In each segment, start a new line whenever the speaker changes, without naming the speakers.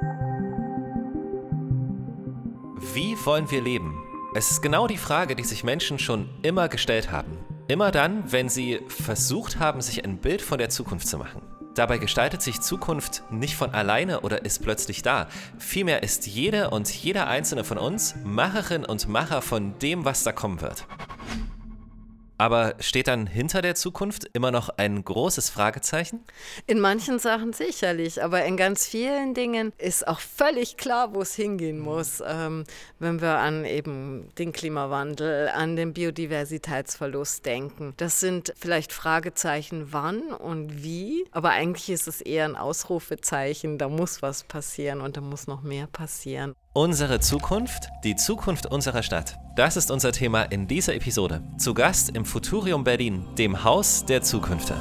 Wie wollen wir leben? Es ist genau die Frage, die sich Menschen schon immer gestellt haben. Immer dann, wenn sie versucht haben, sich ein Bild von der Zukunft zu machen. Dabei gestaltet sich Zukunft nicht von alleine oder ist plötzlich da. Vielmehr ist jede und jeder einzelne von uns Macherin und Macher von dem, was da kommen wird. Aber steht dann hinter der Zukunft immer noch ein großes Fragezeichen?
In manchen Sachen sicherlich, aber in ganz vielen Dingen ist auch völlig klar, wo es hingehen muss. Wenn wir an eben den Klimawandel, an den Biodiversitätsverlust denken. Das sind vielleicht Fragezeichen, wann und wie, aber eigentlich ist es eher ein Ausrufezeichen, da muss was passieren und da muss noch mehr passieren.
Unsere Zukunft, die Zukunft unserer Stadt. Das ist unser Thema in dieser Episode. Zu Gast im Futurium Berlin, dem Haus der Zukünfte.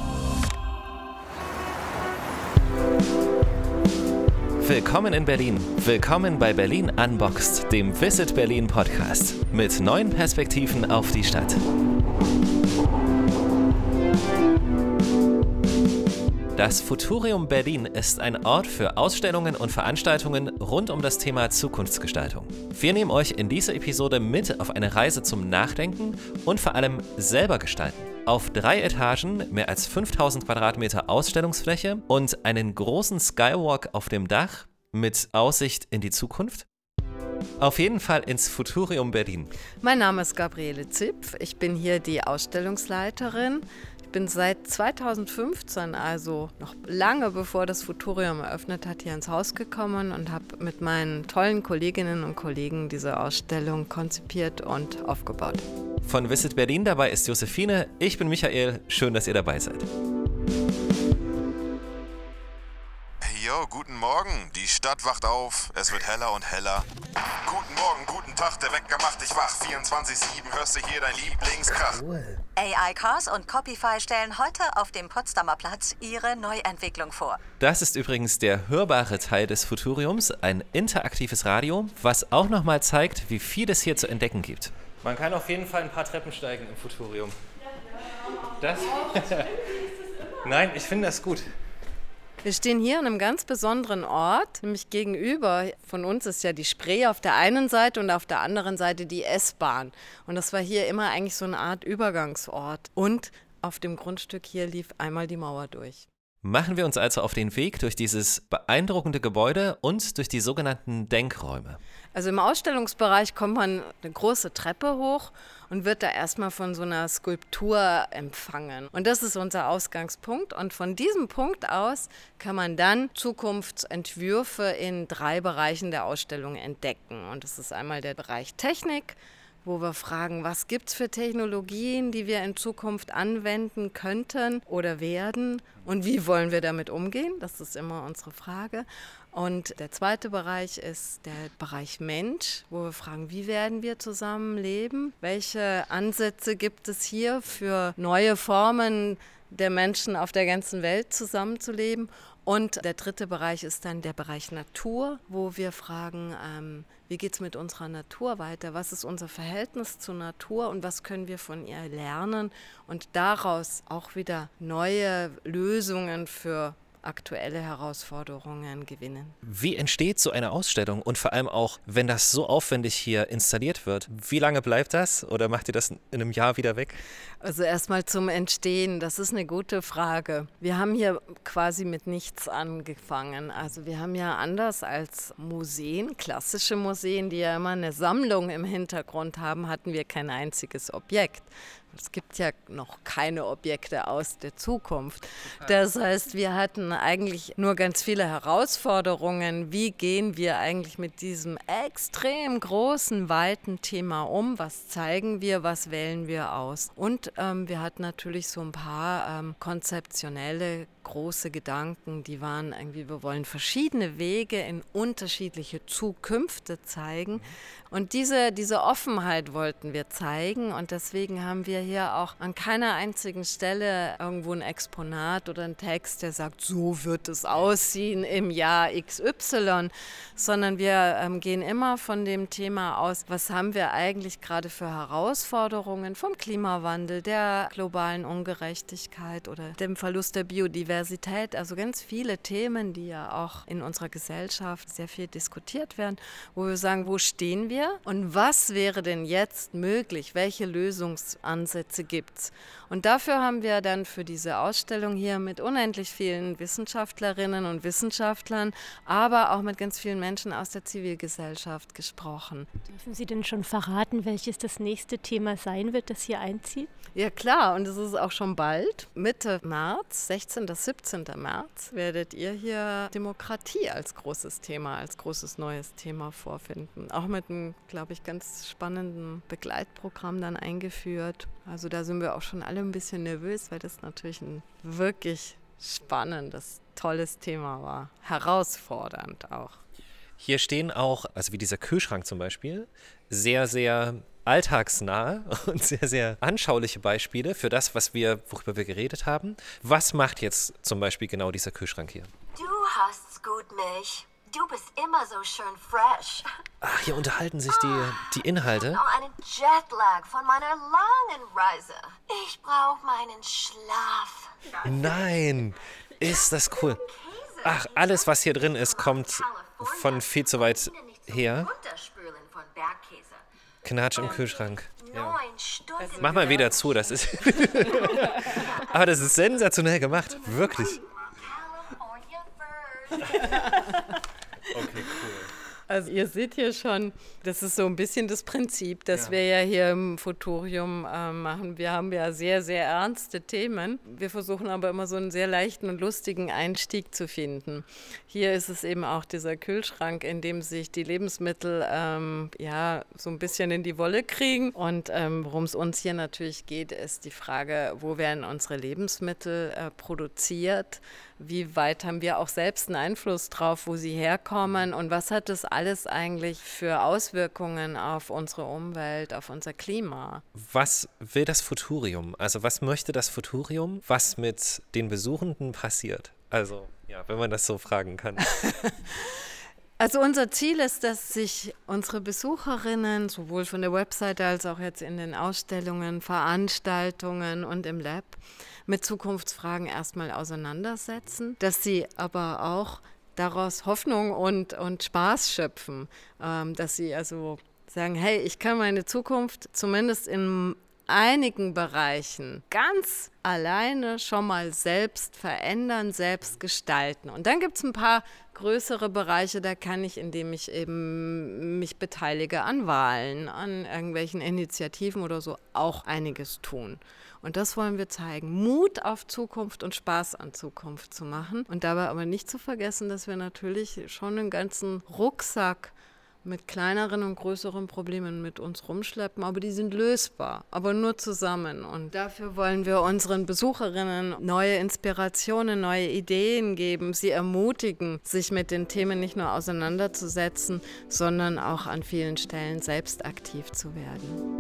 Willkommen in Berlin. Willkommen bei Berlin Unboxed, dem Visit Berlin Podcast. Mit neuen Perspektiven auf die Stadt. Das Futurium Berlin ist ein Ort für Ausstellungen und Veranstaltungen rund um das Thema Zukunftsgestaltung. Wir nehmen euch in dieser Episode mit auf eine Reise zum Nachdenken und vor allem selber gestalten. Auf 3 Etagen, mehr als 5000 Quadratmeter Ausstellungsfläche und einen großen Skywalk auf dem Dach mit Aussicht in die Zukunft. Auf jeden Fall ins Futurium Berlin.
Mein Name ist Gabriele Zipf, ich bin hier die Ausstellungsleiterin. Ich bin seit 2015, also noch lange bevor das Futurium eröffnet hat, hier ins Haus gekommen und habe mit meinen tollen Kolleginnen und Kollegen diese Ausstellung konzipiert und aufgebaut.
Von Visit Berlin dabei ist Josephine, ich bin Michael, schön, dass ihr dabei seid.
Jo, guten Morgen, die Stadt wacht auf, es wird heller und heller. Guten Morgen, guten Tag, der Wecker macht dich wach, 24/7 hörst du hier dein Lieblingskrach.
AI Cars und Copify stellen heute auf dem Potsdamer Platz ihre Neuentwicklung vor.
Das ist übrigens der hörbare Teil des Futuriums, ein interaktives Radio, was auch nochmal zeigt, wie viel es hier zu entdecken gibt. Man kann auf jeden Fall ein paar Treppen steigen im Futurium. Das? Nein, ich finde das gut.
Wir stehen hier an einem ganz besonderen Ort, nämlich gegenüber von uns ist ja die Spree auf der einen Seite und auf der anderen Seite die S-Bahn. Und das war hier immer eigentlich so eine Art Übergangsort. Und auf dem Grundstück hier lief einmal die Mauer durch.
Machen wir uns also auf den Weg durch dieses beeindruckende Gebäude und durch die sogenannten Denkräume.
Also im Ausstellungsbereich kommt man eine große Treppe hoch und wird da erstmal von so einer Skulptur empfangen. Und das ist unser Ausgangspunkt. Und von diesem Punkt aus kann man dann Zukunftsentwürfe in 3 Bereichen der Ausstellung entdecken. Und das ist einmal der Bereich Technik, wo wir fragen, was gibt es für Technologien, die wir in Zukunft anwenden könnten oder werden und wie wollen wir damit umgehen? Das ist immer unsere Frage. Und der zweite Bereich ist der Bereich Mensch, wo wir fragen, wie werden wir zusammenleben? Welche Ansätze gibt es hier für neue Formen der Menschen auf der ganzen Welt zusammenzuleben? Und der dritte Bereich ist dann der Bereich Natur, wo wir fragen, wie geht es mit unserer Natur weiter? Was ist unser Verhältnis zur Natur und was können wir von ihr lernen? Und daraus auch wieder neue Lösungen für aktuelle Herausforderungen gewinnen.
Wie entsteht so eine Ausstellung und vor allem auch, wenn das so aufwendig hier installiert wird? Wie lange bleibt das oder macht ihr das in einem Jahr wieder weg?
Also erstmal zum Entstehen, das ist eine gute Frage. Wir haben hier quasi mit nichts angefangen. Also wir haben ja anders als Museen, klassische Museen, die ja immer eine Sammlung im Hintergrund haben, hatten wir kein einziges Objekt. Es gibt ja noch keine Objekte aus der Zukunft. Das heißt, wir hatten eigentlich nur ganz viele Herausforderungen. Wie gehen wir eigentlich mit diesem extrem großen, weiten Thema um? Was zeigen wir? Was wählen wir aus? Und wir hatten natürlich so ein paar konzeptionelle große Gedanken, die waren irgendwie, wir wollen verschiedene Wege in unterschiedliche Zukünfte zeigen. Und diese Offenheit wollten wir zeigen und deswegen haben wir hier auch an keiner einzigen Stelle irgendwo ein Exponat oder ein Text, der sagt, so wird es aussehen im Jahr XY, sondern wir gehen immer von dem Thema aus, was haben wir eigentlich gerade für Herausforderungen vom Klimawandel, der globalen Ungerechtigkeit oder dem Verlust der Biodiversität, also ganz viele Themen, die ja auch in unserer Gesellschaft sehr viel diskutiert werden, wo wir sagen, wo stehen wir und was wäre denn jetzt möglich, welche Lösungsansätze gibt es? Und dafür haben wir dann für diese Ausstellung hier mit unendlich vielen Wissenschaftlerinnen und Wissenschaftlern, aber auch mit ganz vielen Menschen aus der Zivilgesellschaft gesprochen.
Dürfen Sie denn schon verraten, welches das nächste Thema sein wird, das hier einzieht?
Ja klar, und es ist auch schon bald. Mitte März, 16. bis 17. März, werdet ihr hier Demokratie als großes Thema, als großes neues Thema vorfinden. Auch mit einem, glaube ich, ganz spannenden Begleitprogramm dann eingeführt. Also da sind wir auch schon alle ein bisschen nervös, weil das natürlich ein wirklich spannendes, tolles Thema war. Herausfordernd auch.
Hier stehen auch, also wie dieser Kühlschrank zum Beispiel, sehr, sehr alltagsnahe und sehr, sehr anschauliche Beispiele für das, worüber wir geredet haben. Was macht jetzt zum Beispiel genau dieser Kühlschrank hier?
Du hast's gut, Milch. Du bist immer so schön fresh.
Ach, hier unterhalten sich die Inhalte.
Noch einen Jetlag von meiner langen Reise. Ich brauche meinen Schlaf.
Nein, ist das cool. Ach, alles, was hier drin ist, kommt von viel zu weit her. Knatsch im Kühlschrank. Ja. Mach mal wieder zu, das ist... Aber das ist sensationell gemacht, wirklich. Okay, cool.
Also ihr seht hier schon, das ist so ein bisschen das Prinzip, das wir ja hier im Futurium machen. Wir haben ja sehr, sehr ernste Themen. Wir versuchen aber immer so einen sehr leichten und lustigen Einstieg zu finden. Hier ist es eben auch dieser Kühlschrank, in dem sich die Lebensmittel so ein bisschen in die Wolle kriegen. Und worum es uns hier natürlich geht, ist die Frage, wo werden unsere Lebensmittel produziert? Wie weit haben wir auch selbst einen Einfluss drauf, wo sie herkommen und was hat das alles eigentlich für Auswirkungen auf unsere Umwelt, auf unser Klima?
Was will das Futurium? Also was möchte das Futurium, was mit den Besuchenden passiert? Also ja, wenn man das so fragen kann.
Also unser Ziel ist, dass sich unsere Besucherinnen sowohl von der Webseite als auch jetzt in den Ausstellungen, Veranstaltungen und im Lab mit Zukunftsfragen erstmal auseinandersetzen, dass sie aber auch daraus Hoffnung und Spaß schöpfen, dass sie also sagen, hey, ich kann meine Zukunft zumindest in einigen Bereichen ganz alleine schon mal selbst verändern, selbst gestalten. Und dann gibt es ein paar größere Bereiche, da kann ich, indem ich eben mich beteilige an Wahlen, an irgendwelchen Initiativen oder so, auch einiges tun. Und das wollen wir zeigen, Mut auf Zukunft und Spaß an Zukunft zu machen. Und dabei aber nicht zu vergessen, dass wir natürlich schon einen ganzen Rucksack mit kleineren und größeren Problemen mit uns rumschleppen, aber die sind lösbar, aber nur zusammen. Und dafür wollen wir unseren Besucherinnen neue Inspirationen, neue Ideen geben, sie ermutigen, sich mit den Themen nicht nur auseinanderzusetzen, sondern auch an vielen Stellen selbst aktiv zu werden.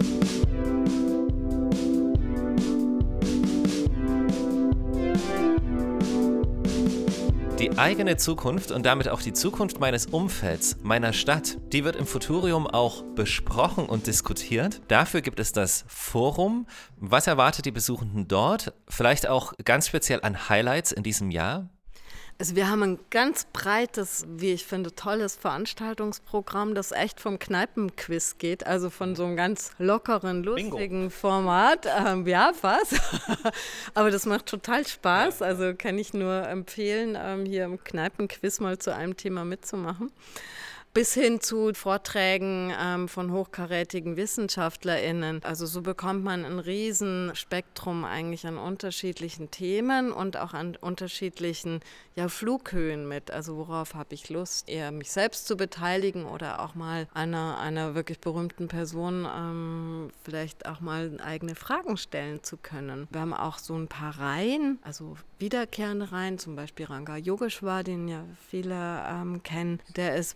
Die eigene Zukunft und damit auch die Zukunft meines Umfelds, meiner Stadt, die wird im Futurium auch besprochen und diskutiert. Dafür gibt es das Forum. Was erwartet die Besuchenden dort? Vielleicht auch ganz speziell an Highlights in diesem Jahr?
Also wir haben ein ganz breites, wie ich finde, tolles Veranstaltungsprogramm, das echt vom Kneipenquiz geht, also von so einem ganz lockeren, lustigen Bingo. Format. Ja, fast. Aber das macht total Spaß, also kann ich nur empfehlen, hier im Kneipenquiz mal zu einem Thema mitzumachen. Bis hin zu Vorträgen von hochkarätigen WissenschaftlerInnen. Also so bekommt man ein Riesenspektrum eigentlich an unterschiedlichen Themen und auch an unterschiedlichen Flughöhen mit. Also worauf habe ich Lust, eher mich selbst zu beteiligen oder auch mal einer wirklich berühmten Person vielleicht auch mal eigene Fragen stellen zu können. Wir haben auch so ein paar Reihen, also wiederkehrende Reihen, zum Beispiel Ranga Yogeshwar, den ja viele kennen. Der ist bei uns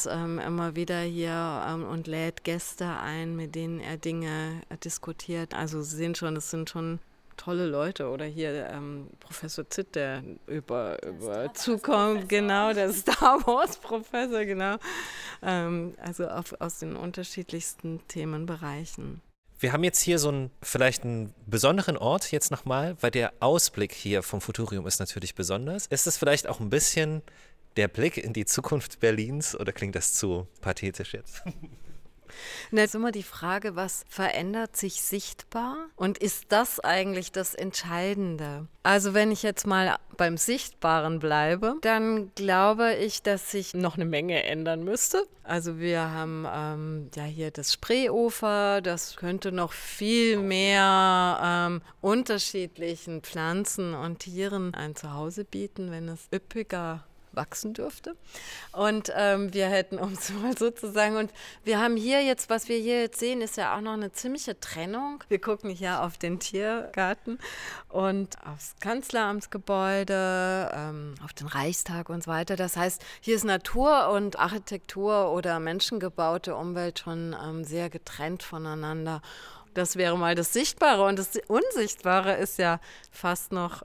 uns immer wieder hier und lädt Gäste ein, mit denen er Dinge diskutiert. Also Sie sehen schon, es sind schon tolle Leute. Oder hier Professor Zitt, der über Zukunft, genau, der Star Wars Professor, genau. Also aus den unterschiedlichsten Themenbereichen.
Wir haben jetzt hier vielleicht einen besonderen Ort jetzt nochmal, weil der Ausblick hier vom Futurium ist natürlich besonders. Ist das vielleicht auch ein bisschen der Blick in die Zukunft Berlins oder klingt das zu pathetisch jetzt?
Da ist immer die Frage, was verändert sich sichtbar und ist das eigentlich das Entscheidende? Also wenn ich jetzt mal beim Sichtbaren bleibe, dann glaube ich, dass sich noch eine Menge ändern müsste. Also wir haben hier das Spreeufer, das könnte noch viel mehr unterschiedlichen Pflanzen und Tieren ein Zuhause bieten, wenn es üppiger wachsen dürfte. Und wir hätten, um es mal so zu sagen, und wir haben hier jetzt, was wir hier jetzt sehen, ist ja auch noch eine ziemliche Trennung. Wir gucken hier auf den Tiergarten und aufs Kanzleramtsgebäude, auf den Reichstag und so weiter. Das heißt, hier ist Natur und Architektur oder menschengebaute Umwelt schon sehr getrennt voneinander. Das wäre mal das Sichtbare und das Unsichtbare ist ja fast noch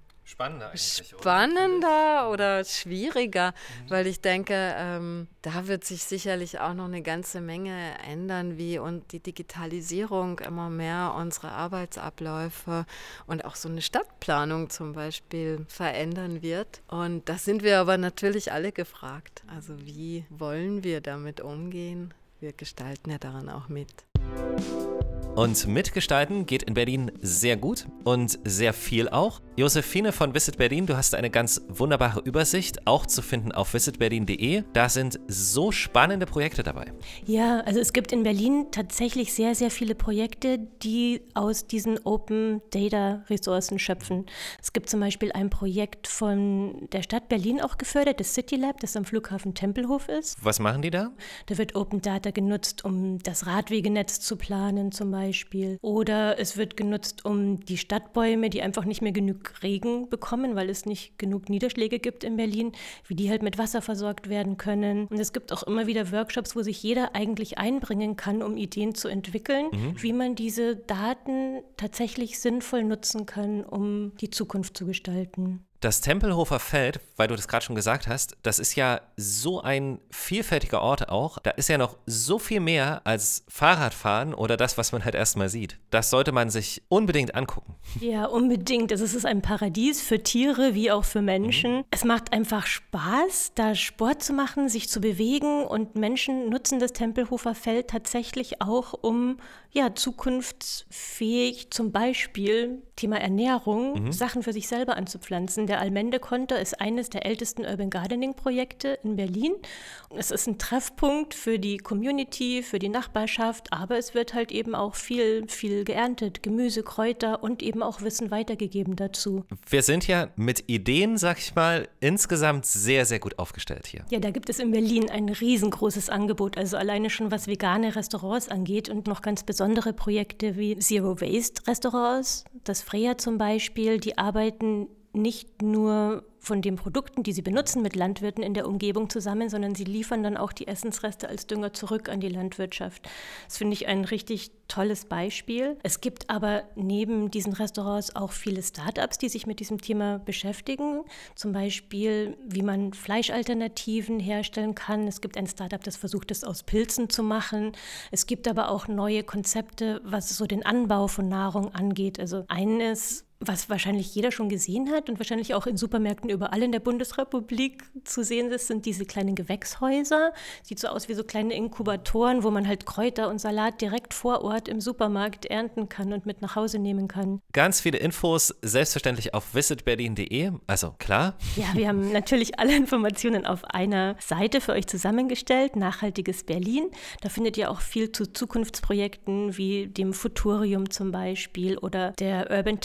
spannender oder schwieriger, weil ich denke, da wird sich sicherlich auch noch eine ganze Menge ändern, wie und die Digitalisierung immer mehr unsere Arbeitsabläufe und auch so eine Stadtplanung zum Beispiel verändern wird. Und da sind wir aber natürlich alle gefragt. Also wie wollen wir damit umgehen? Wir gestalten ja daran auch mit.
Und mitgestalten geht in Berlin sehr gut und sehr viel auch. Josephine von Visit Berlin, du hast eine ganz wunderbare Übersicht, auch zu finden auf visitberlin.de. Da sind so spannende Projekte dabei.
Ja, also es gibt in Berlin tatsächlich sehr, sehr viele Projekte, die aus diesen Open Data Ressourcen schöpfen. Es gibt zum Beispiel ein Projekt von der Stadt Berlin auch gefördert, das City Lab, das am Flughafen Tempelhof ist.
Was machen die da?
Da wird Open Data genutzt, um das Radwegenetz zu planen zum Beispiel. Oder es wird genutzt, um die Stadtbäume, die einfach nicht mehr genug Regen bekommen, weil es nicht genug Niederschläge gibt in Berlin, wie die halt mit Wasser versorgt werden können. Und es gibt auch immer wieder Workshops, wo sich jeder eigentlich einbringen kann, um Ideen zu entwickeln, wie man diese Daten tatsächlich sinnvoll nutzen kann, um die Zukunft zu gestalten.
Das Tempelhofer Feld, weil du das gerade schon gesagt hast, das ist ja so ein vielfältiger Ort auch. Da ist ja noch so viel mehr als Fahrradfahren oder das, was man halt erstmal sieht. Das sollte man sich unbedingt angucken.
Ja, unbedingt. Also es ist ein Paradies für Tiere wie auch für Menschen. Es macht einfach Spaß, da Sport zu machen, sich zu bewegen und Menschen nutzen das Tempelhofer Feld tatsächlich auch, um zukunftsfähig zum Beispiel Thema Ernährung Sachen für sich selber anzupflanzen. Der Allmende-Konter ist eines der ältesten Urban Gardening-Projekte in Berlin. Es ist ein Treffpunkt für die Community, für die Nachbarschaft, aber es wird halt eben auch viel geerntet, Gemüse, Kräuter und eben auch Wissen weitergegeben dazu.
Wir sind ja mit Ideen, sag ich mal, insgesamt sehr, sehr gut aufgestellt hier.
Ja, da gibt es in Berlin ein riesengroßes Angebot, also alleine schon was vegane Restaurants angeht und noch ganz besondere Projekte wie Zero-Waste-Restaurants, das Freya zum Beispiel, die arbeiten nicht nur von den Produkten, die sie benutzen, mit Landwirten in der Umgebung zusammen, sondern sie liefern dann auch die Essensreste als Dünger zurück an die Landwirtschaft. Das finde ich ein richtig tolles Beispiel. Es gibt aber neben diesen Restaurants auch viele Startups, die sich mit diesem Thema beschäftigen. Zum Beispiel, wie man Fleischalternativen herstellen kann. Es gibt ein Startup, das versucht, das aus Pilzen zu machen. Es gibt aber auch neue Konzepte, was so den Anbau von Nahrung angeht. Also eines, was wahrscheinlich jeder schon gesehen hat und wahrscheinlich auch in Supermärkten überall in der Bundesrepublik zu sehen ist, sind diese kleinen Gewächshäuser. Sieht so aus wie so kleine Inkubatoren, wo man halt Kräuter und Salat direkt vor Ort im Supermarkt ernten kann und mit nach Hause nehmen kann.
Ganz viele Infos selbstverständlich auf visitberlin.de, also klar.
Ja, wir haben natürlich alle Informationen auf einer Seite für euch zusammengestellt, Nachhaltiges Berlin. Da findet ihr auch viel zu Zukunftsprojekten wie dem Futurium zum Beispiel oder der Urban Tech Republic,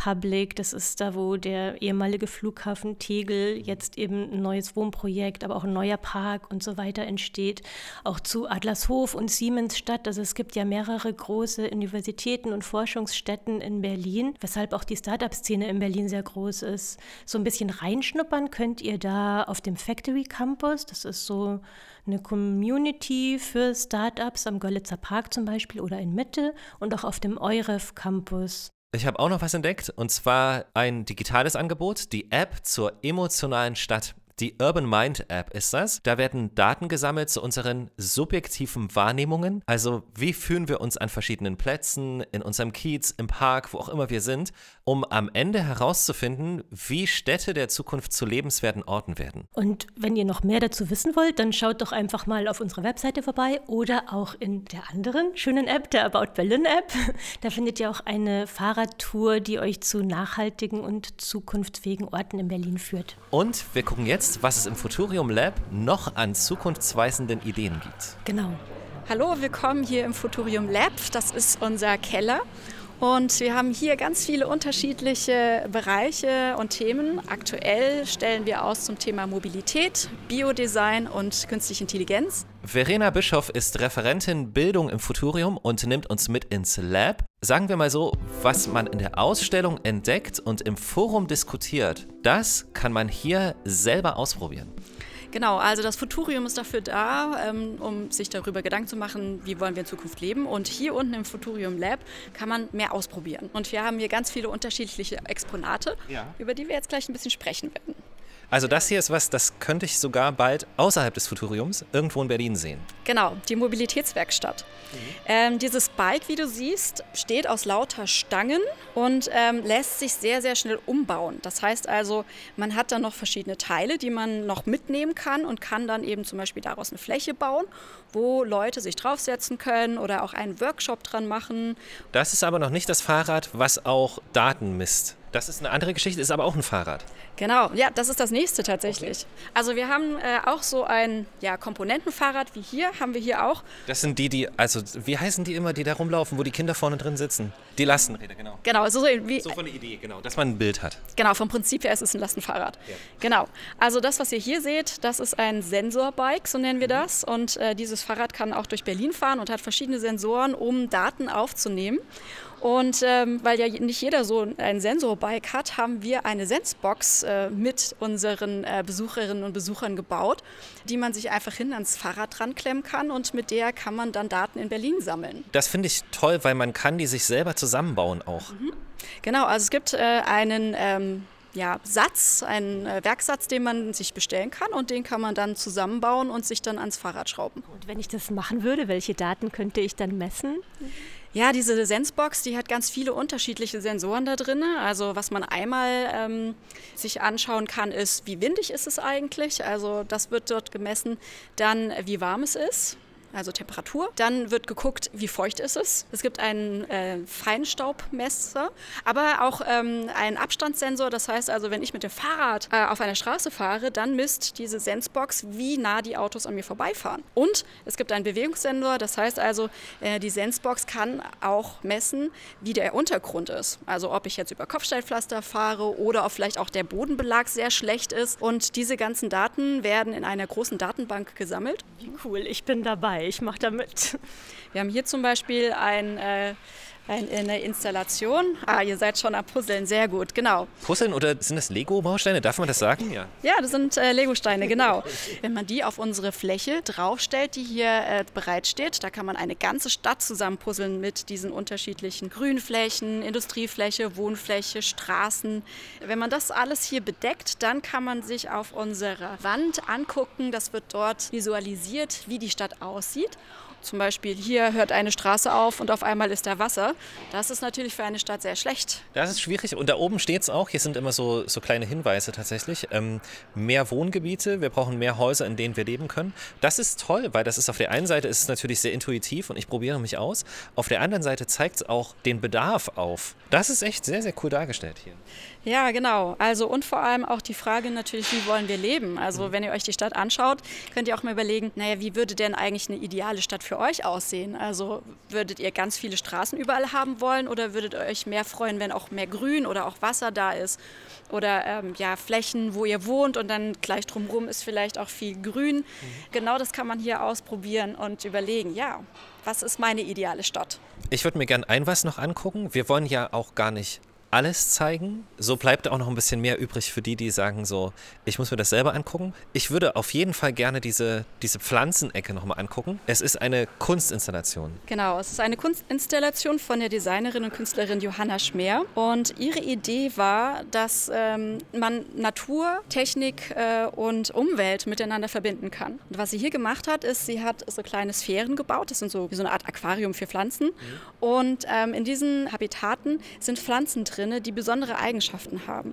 Republic, das ist da, wo der ehemalige Flughafen Tegel jetzt eben ein neues Wohnprojekt, aber auch ein neuer Park und so weiter entsteht. Auch zu Adlershof und Siemensstadt, also es gibt ja mehrere große Universitäten und Forschungsstätten in Berlin, weshalb auch die Start-up-Szene in Berlin sehr groß ist. So ein bisschen reinschnuppern könnt ihr da auf dem Factory Campus, das ist so eine Community für Startups am Görlitzer Park zum Beispiel oder in Mitte und auch auf dem EUREF Campus.
Ich habe auch noch was entdeckt, und zwar ein digitales Angebot, die App zur emotionalen Stadt. Die Urban Mind App ist das. Da werden Daten gesammelt zu unseren subjektiven Wahrnehmungen. Also wie fühlen wir uns an verschiedenen Plätzen, in unserem Kiez, im Park, wo auch immer wir sind, um am Ende herauszufinden, wie Städte der Zukunft zu lebenswerten Orten werden.
Und wenn ihr noch mehr dazu wissen wollt, dann schaut doch einfach mal auf unserer Webseite vorbei oder auch in der anderen schönen App, der About Berlin App. Da findet ihr auch eine Fahrradtour, die euch zu nachhaltigen und zukunftsfähigen Orten in Berlin führt.
Und wir gucken jetzt, was es im Futurium Lab noch an zukunftsweisenden Ideen gibt.
Genau.
Hallo, willkommen hier im Futurium Lab. Das ist unser Keller. Und wir haben hier ganz viele unterschiedliche Bereiche und Themen. Aktuell stellen wir aus zum Thema Mobilität, Biodesign und künstliche Intelligenz.
Verena Bischoff ist Referentin Bildung im Futurium und nimmt uns mit ins Lab. Sagen wir mal so, was man in der Ausstellung entdeckt und im Forum diskutiert, das kann man hier selber ausprobieren.
Genau, also das Futurium ist dafür da, um sich darüber Gedanken zu machen, wie wollen wir in Zukunft leben. Und hier unten im Futurium Lab kann man mehr ausprobieren. Und wir haben hier ganz viele unterschiedliche Exponate, über die wir jetzt gleich ein bisschen sprechen werden.
Also das hier ist was, das könnte ich sogar bald außerhalb des Futuriums irgendwo in Berlin sehen.
Genau, die Mobilitätswerkstatt. Dieses Bike, wie du siehst, steht aus lauter Stangen und lässt sich sehr, sehr schnell umbauen. Das heißt also, man hat dann noch verschiedene Teile, die man noch mitnehmen kann und kann dann eben zum Beispiel daraus eine Fläche bauen, wo Leute sich draufsetzen können oder auch einen Workshop dran machen.
Das ist aber noch nicht das Fahrrad, was auch Daten misst. Das ist eine andere Geschichte, ist aber auch ein Fahrrad.
Genau, ja, das ist das nächste tatsächlich. Okay. Also wir haben auch so ein Komponentenfahrrad wie hier, haben wir hier auch.
Das sind also wie heißen die immer, die da rumlaufen, wo die Kinder vorne drin sitzen? Die Lastenräder, genau.
Genau,
so von der Idee, genau, dass man ein Bild hat.
Genau, vom Prinzip her ist es ein Lastenfahrrad. Ja. Genau, also das, was ihr hier seht, das ist ein Sensorbike, so nennen wir das. Und dieses Fahrrad kann auch durch Berlin fahren und hat verschiedene Sensoren, um Daten aufzunehmen. Und weil ja nicht jeder so ein Sensorbike hat, haben wir eine Sensbox mit unseren Besucherinnen und Besuchern gebaut, die man sich einfach ans Fahrrad dran klemmen kann und mit der kann man dann Daten in Berlin sammeln.
Das finde ich toll, weil man kann die sich selber zusammenbauen auch.
Mhm. Genau, also es gibt einen Satz, einen Werksatz, den man sich bestellen kann und den kann man dann zusammenbauen und sich dann ans Fahrrad schrauben.
Und wenn ich das machen würde, welche Daten könnte ich dann messen?
Ja, diese Sensbox, die hat ganz viele unterschiedliche Sensoren da drin. Also was man einmal sich anschauen kann, ist, wie windig ist es eigentlich? Also das wird dort gemessen. Dann, wie warm es ist. Also Temperatur. Dann wird geguckt, wie feucht ist es. Es gibt einen Feinstaubmesser, aber auch einen Abstandssensor. Das heißt also, wenn ich mit dem Fahrrad auf einer Straße fahre, dann misst diese Sensbox, wie nah die Autos an mir vorbeifahren. Und es gibt einen Bewegungssensor. Das heißt also, die Sensbox kann auch messen, wie der Untergrund ist. Also ob ich jetzt über Kopfsteinpflaster fahre oder ob vielleicht auch der Bodenbelag sehr schlecht ist. Und diese ganzen Daten werden in einer großen Datenbank gesammelt.
Wie cool, ich bin dabei. Ich mache da mit.
Wir haben hier zum Beispiel eine Installation. Ihr seid schon am Puzzeln, sehr gut, genau.
Puzzeln oder sind das Lego-Bausteine? Darf man das sagen?
Ja, das sind Lego-Steine, genau. Wenn man die auf unsere Fläche draufstellt, die hier bereitsteht, da kann man eine ganze Stadt zusammenpuzzeln mit diesen unterschiedlichen Grünflächen, Industriefläche, Wohnfläche, Straßen. Wenn man das alles hier bedeckt, dann kann man sich auf unserer Wand angucken. Das wird dort visualisiert, wie die Stadt aussieht. Zum Beispiel hier hört eine Straße auf und auf einmal ist da Wasser. Das ist natürlich für eine Stadt sehr schlecht.
Das ist schwierig und da oben steht es auch, hier sind immer so kleine Hinweise tatsächlich. Mehr Wohngebiete, wir brauchen mehr Häuser, in denen wir leben können. Das ist toll, weil das ist auf der einen Seite ist es natürlich sehr intuitiv und ich probiere mich aus. Auf der anderen Seite zeigt es auch den Bedarf auf. Das ist echt sehr, sehr cool dargestellt hier.
Ja, genau. Also und vor allem auch die Frage natürlich, wie wollen wir leben? Also wenn ihr euch die Stadt anschaut, könnt ihr auch mal überlegen, wie würde denn eigentlich eine ideale Stadt für für euch aussehen? Also würdet ihr ganz viele Straßen überall haben wollen oder würdet ihr euch mehr freuen, wenn auch mehr Grün oder auch Wasser da ist? Oder Flächen, wo ihr wohnt und dann gleich drumherum ist vielleicht auch viel Grün. Genau das kann man hier ausprobieren und überlegen, was ist meine ideale Stadt?
Ich würde mir gerne ein was noch angucken. Wir wollen ja auch gar nicht alles zeigen. So bleibt auch noch ein bisschen mehr übrig für die sagen so, ich muss mir das selber angucken. Ich würde auf jeden Fall gerne diese Pflanzenecke nochmal angucken. Es ist eine Kunstinstallation.
Genau, es ist eine Kunstinstallation von der Designerin und Künstlerin Johanna Schmeer. Und ihre Idee war, dass man Natur, Technik und Umwelt miteinander verbinden kann. Und was sie hier gemacht hat, ist, sie hat so kleine Sphären gebaut. Das sind so wie so eine Art Aquarium für Pflanzen. Und in diesen Habitaten sind Pflanzen drin, die besondere Eigenschaften haben.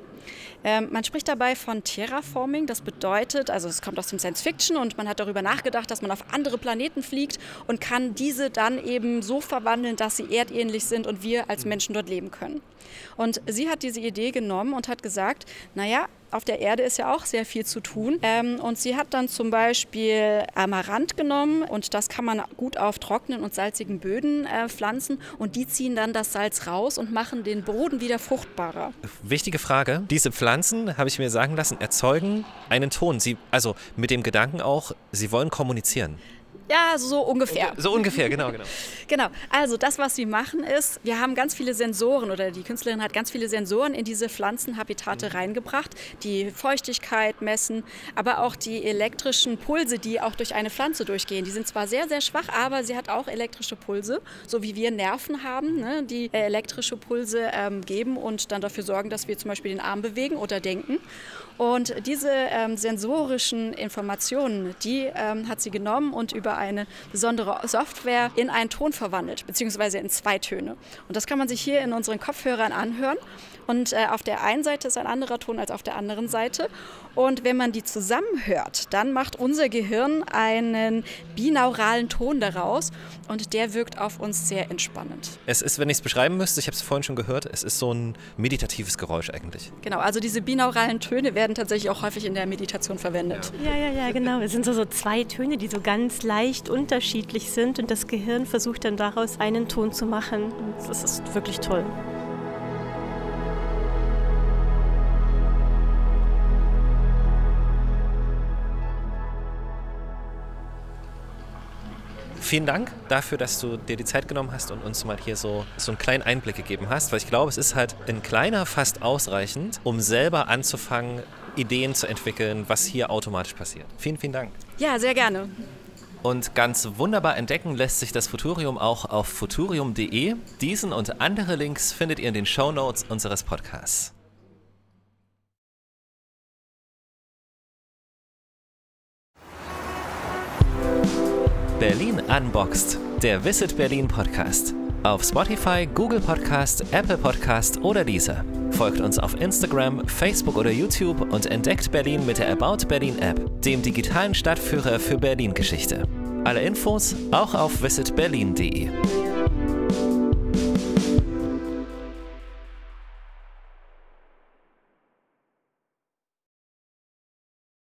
Man spricht dabei von Terraforming, das bedeutet, also es kommt aus dem Science Fiction und man hat darüber nachgedacht, dass man auf andere Planeten fliegt und kann diese dann eben so verwandeln, dass sie erdähnlich sind und wir als Menschen dort leben können. Und sie hat diese Idee genommen und hat gesagt, auf der Erde ist ja auch sehr viel zu tun. Und sie hat dann zum Beispiel Amaranth genommen und das kann man gut auf trockenen und salzigen Böden pflanzen und die ziehen dann das Salz raus und machen den Boden wieder fruchtbarer.
Wichtige Frage. Diese Pflanzen, habe ich mir sagen lassen, erzeugen einen Ton. Also mit dem Gedanken auch, sie wollen kommunizieren.
Ja, so ungefähr.
So ungefähr, genau.
Genau, also das, was sie machen ist, wir haben ganz viele Sensoren oder die Künstlerin hat ganz viele Sensoren in diese Pflanzenhabitate reingebracht, die Feuchtigkeit messen, aber auch die elektrischen Pulse, die auch durch eine Pflanze durchgehen. Die sind zwar sehr, sehr schwach, aber sie hat auch elektrische Pulse, so wie wir Nerven haben, die elektrische Pulse geben und dann dafür sorgen, dass wir zum Beispiel den Arm bewegen oder denken. Und diese sensorischen Informationen, die hat sie genommen und über eine besondere Software in einen Ton verwandelt, beziehungsweise in 2 Töne. Und das kann man sich hier in unseren Kopfhörern anhören. Und auf der einen Seite ist ein anderer Ton als auf der anderen Seite. Und wenn man die zusammenhört, dann macht unser Gehirn einen binauralen Ton daraus und der wirkt auf uns sehr entspannend.
Es ist, wenn ich es beschreiben müsste, ich habe es vorhin schon gehört, es ist so ein meditatives Geräusch eigentlich.
Genau, also diese binauralen Töne werden tatsächlich auch häufig in der Meditation verwendet.
Ja, genau. Es sind so 2 Töne, die so ganz leicht unterschiedlich sind und das Gehirn versucht dann daraus einen Ton zu machen. Und das ist wirklich toll.
Vielen Dank dafür, dass du dir die Zeit genommen hast und uns mal hier so einen kleinen Einblick gegeben hast, weil ich glaube, es ist halt ein kleiner fast ausreichend, um selber anzufangen, Ideen zu entwickeln, was hier automatisch passiert. Vielen, vielen Dank.
Ja, sehr gerne.
Und ganz wunderbar entdecken lässt sich das Futurium auch auf futurium.de. Diesen und andere Links findet ihr in den Shownotes unseres Podcasts. Berlin Unboxed, der Visit Berlin Podcast. Auf Spotify, Google Podcast, Apple Podcast oder Deezer. Folgt uns auf Instagram, Facebook oder YouTube und entdeckt Berlin mit der About Berlin App, dem digitalen Stadtführer für Berlin-Geschichte. Alle Infos auch auf visitberlin.de.